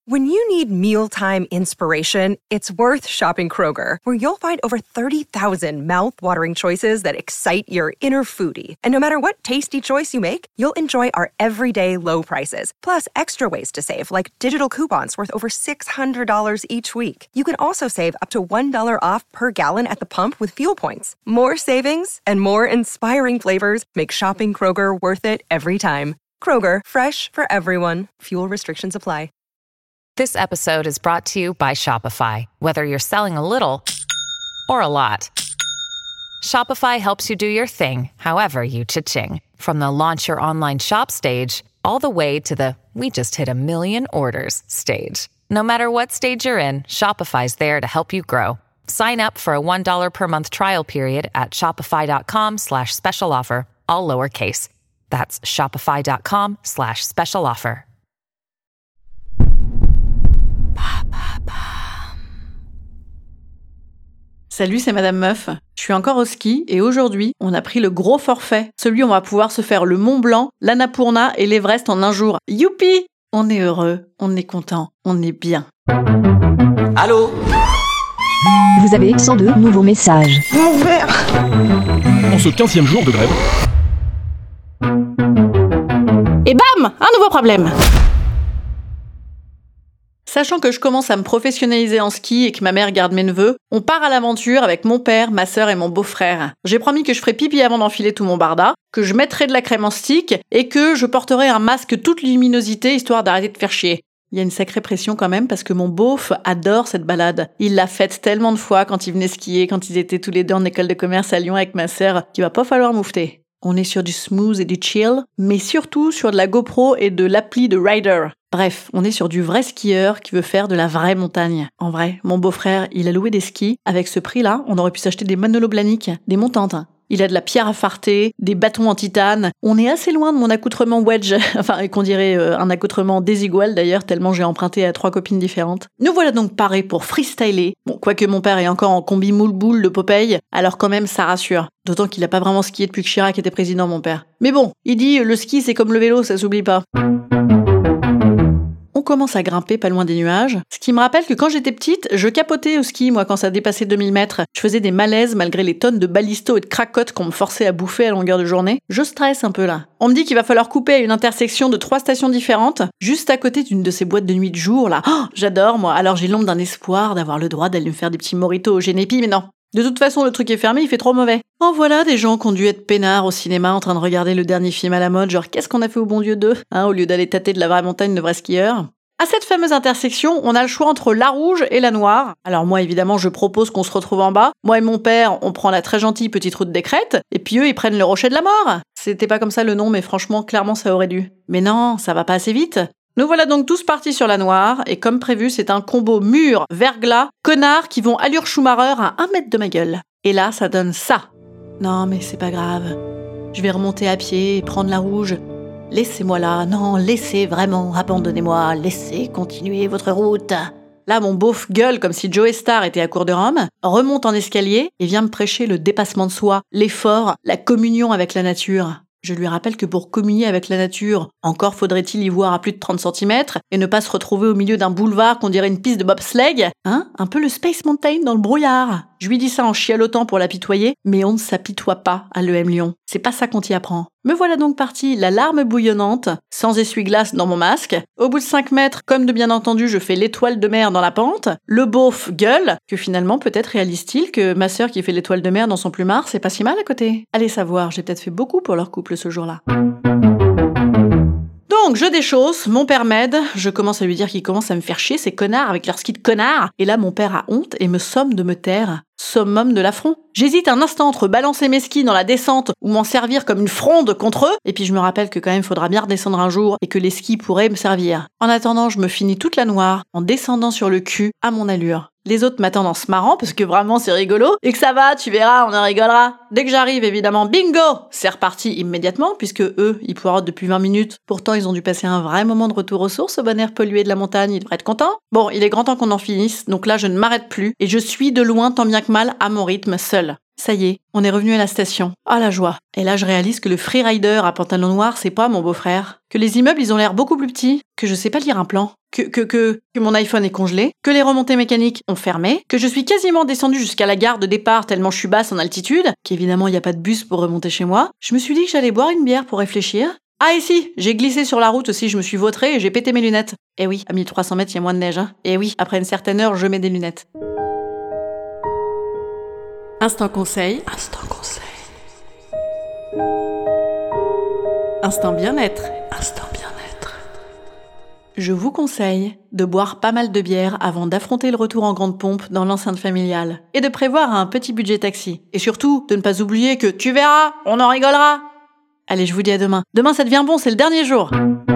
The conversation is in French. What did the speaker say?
When you need mealtime inspiration, it's worth shopping Kroger, where you'll find over 30,000 mouth-watering choices that excite your inner foodie. And no matter what tasty choice you make, you'll enjoy our everyday low prices, plus extra ways to save, like digital coupons worth over $600 each week. You can also save up to $1 off per gallon at the pump with fuel points. More savings and more inspiring flavors make shopping Kroger worth it every time. Kroger, fresh for everyone. Fuel restrictions apply. This episode is brought to you by Shopify. Whether you're selling a little or a lot, Shopify helps you do your thing, however you cha-ching. From the launch your online shop stage, all the way to the we just hit 1 million orders stage. No matter what stage you're in, Shopify's there to help you grow. Sign up for a $1 per month trial period at shopify.com/special offer, all lowercase. That's shopify.com/special offer. Salut, c'est Madame Meuf. Je suis encore au ski et aujourd'hui, on a pris le gros forfait. Celui où on va pouvoir se faire le Mont Blanc, l'Annapurna et l'Everest en un jour. Youpi! On est heureux, on est content, on est bien. Allô? Vous avez 102 nouveaux messages. Mon verre! En ce 15e jour de grève. Et bam! Un nouveau problème! Sachant que je commence à me professionnaliser en ski et que ma mère garde mes neveux, on part à l'aventure avec mon père, ma sœur et mon beau-frère. J'ai promis que je ferais pipi avant d'enfiler tout mon barda, que je mettrais de la crème en stick et que je porterais un masque toute luminosité histoire d'arrêter de faire chier. Il y a une sacrée pression quand même parce que mon beauf adore cette balade. Il l'a faite tellement de fois quand il venait skier, quand ils étaient tous les deux en école de commerce à Lyon avec ma sœur, qu'il va pas falloir moufter. On est sur du smooth et du chill, mais surtout sur de la GoPro et de l'appli de Rider. Bref, on est sur du vrai skieur qui veut faire de la vraie montagne. En vrai, mon beau-frère, il a loué des skis. Avec ce prix-là, on aurait pu s'acheter des Manolo Blahnik, des montantes. Il a de la pierre à farter, des bâtons en titane. On est assez loin de mon accoutrement wedge, enfin qu'on dirait un accoutrement désigual d'ailleurs, tellement j'ai emprunté à 3 copines différentes. Nous voilà donc parés pour freestyler. Bon, quoique mon père est encore en combi moule-boule de Popeye, alors quand même ça rassure. D'autant qu'il a pas vraiment skié depuis que Chirac était président, mon père. Mais bon, il dit le ski c'est comme le vélo, ça s'oublie pas. On commence à grimper pas loin des nuages. Ce qui me rappelle que quand j'étais petite, je capotais au ski, moi, quand ça dépassait 2000 mètres. Je faisais des malaises malgré les tonnes de balisto et de cracottes qu'on me forçait à bouffer à longueur de journée. Je stresse un peu là. On me dit qu'il va falloir couper à une intersection de 3 stations différentes, juste à côté d'une de ces boîtes de nuit de jour, là. Oh, j'adore, moi. Alors j'ai l'ombre d'un espoir d'avoir le droit d'aller me faire des petits mojitos au Génépi, mais non. De toute façon, le truc est fermé, il fait trop mauvais. En voilà des gens qui ont dû être peinards au cinéma en train de regarder le dernier film à la mode, genre qu'est-ce qu'on a fait au bon Dieu 2, au lieu d'aller tâter de la vraie montagne de vrais skieurs. À cette fameuse intersection, on a le choix entre la rouge et la noire. Alors moi, évidemment, je propose qu'on se retrouve en bas. Moi et mon père, on prend la très gentille petite route des crêtes, et puis eux, ils prennent le rocher de la mort. C'était pas comme ça le nom, mais franchement, clairement, ça aurait dû. Mais non, ça va pas assez vite. Nous voilà donc tous partis sur la noire, et comme prévu, c'est un combo mur, verglas, connards qui vont allure Schumacher à 1 mètre de ma gueule. Et là, ça donne ça. Non, mais c'est pas grave. Je vais remonter à pied et prendre la rouge. Laissez-moi là, non, laissez vraiment, abandonnez-moi, laissez continuer votre route. Là, mon beauf gueule comme si Joe Star était à court de Rome, remonte en escalier et vient me prêcher le dépassement de soi, l'effort, la communion avec la nature. Je lui rappelle que pour communier avec la nature, encore faudrait-il y voir à plus de 30 cm et ne pas se retrouver au milieu d'un boulevard qu'on dirait une piste de bobsleigh, un peu le Space Mountain dans le brouillard. Je lui dis ça en chialotant pour l'apitoyer, mais on ne s'apitoie pas à l'EM Lyon. C'est pas ça qu'on t'y apprend. Me voilà donc partie, la larme bouillonnante, sans essuie-glace dans mon masque. Au bout de 5 mètres, comme de bien entendu, je fais l'étoile de mer dans la pente. Le beauf gueule, que finalement peut-être réalise-t-il que ma sœur qui fait l'étoile de mer dans son plumard, c'est pas si mal à côté. Allez savoir, j'ai peut-être fait beaucoup pour leur couple ce jour-là. Donc, je déchausse, mon père m'aide, je commence à lui dire qu'il commence à me faire chier, ces connards avec leur ski de connards. Et là, mon père a honte et me somme de me taire. Summum de l'affront. J'hésite un instant entre balancer mes skis dans la descente ou m'en servir comme une fronde contre eux, et puis je me rappelle que quand même faudra bien redescendre un jour et que les skis pourraient me servir. En attendant, je me finis toute la noire en descendant sur le cul à mon allure. Les autres m'attendent en se marrant parce que vraiment c'est rigolo, et que ça va, tu verras, on en rigolera. dès que j'arrive, évidemment, bingo, c'est reparti immédiatement, puisque eux, ils poireautent depuis 20 minutes. Pourtant, ils ont dû passer un vrai moment de retour aux sources, au bon air pollué de la montagne, ils devraient être contents. Bon, il est grand temps qu'on en finisse, donc là, je ne m'arrête plus, et je suis de loin, tant bien que mal, à mon rythme, seul. Ça y est, on est revenu à la station. Ah la joie. Et là je réalise que le freerider à pantalon noir, c'est pas mon beau-frère. Que les immeubles, ils ont l'air beaucoup plus petits. Que je sais pas lire un plan. Que mon iPhone est congelé. Que les remontées mécaniques ont fermé. Que je suis quasiment descendue jusqu'à la gare de départ tellement je suis basse en altitude. Qu'évidemment, il n'y a pas de bus pour remonter chez moi. Je me suis dit que j'allais boire une bière pour réfléchir. Ah et si, j'ai glissé sur la route aussi, je me suis vautrée et j'ai pété mes lunettes. Eh oui, à 1300 mètres, il y a moins de neige, hein. Et oui, après une certaine heure, je mets des lunettes. Instant conseil. Instant conseil. Instant bien-être. Instant bien-être. Je vous conseille de boire pas mal de bière avant d'affronter le retour en grande pompe dans l'enceinte familiale. Et de prévoir un petit budget taxi. Et surtout, de ne pas oublier que tu verras, on en rigolera. Allez, je vous dis à demain. Demain, ça devient bon, c'est le dernier jour.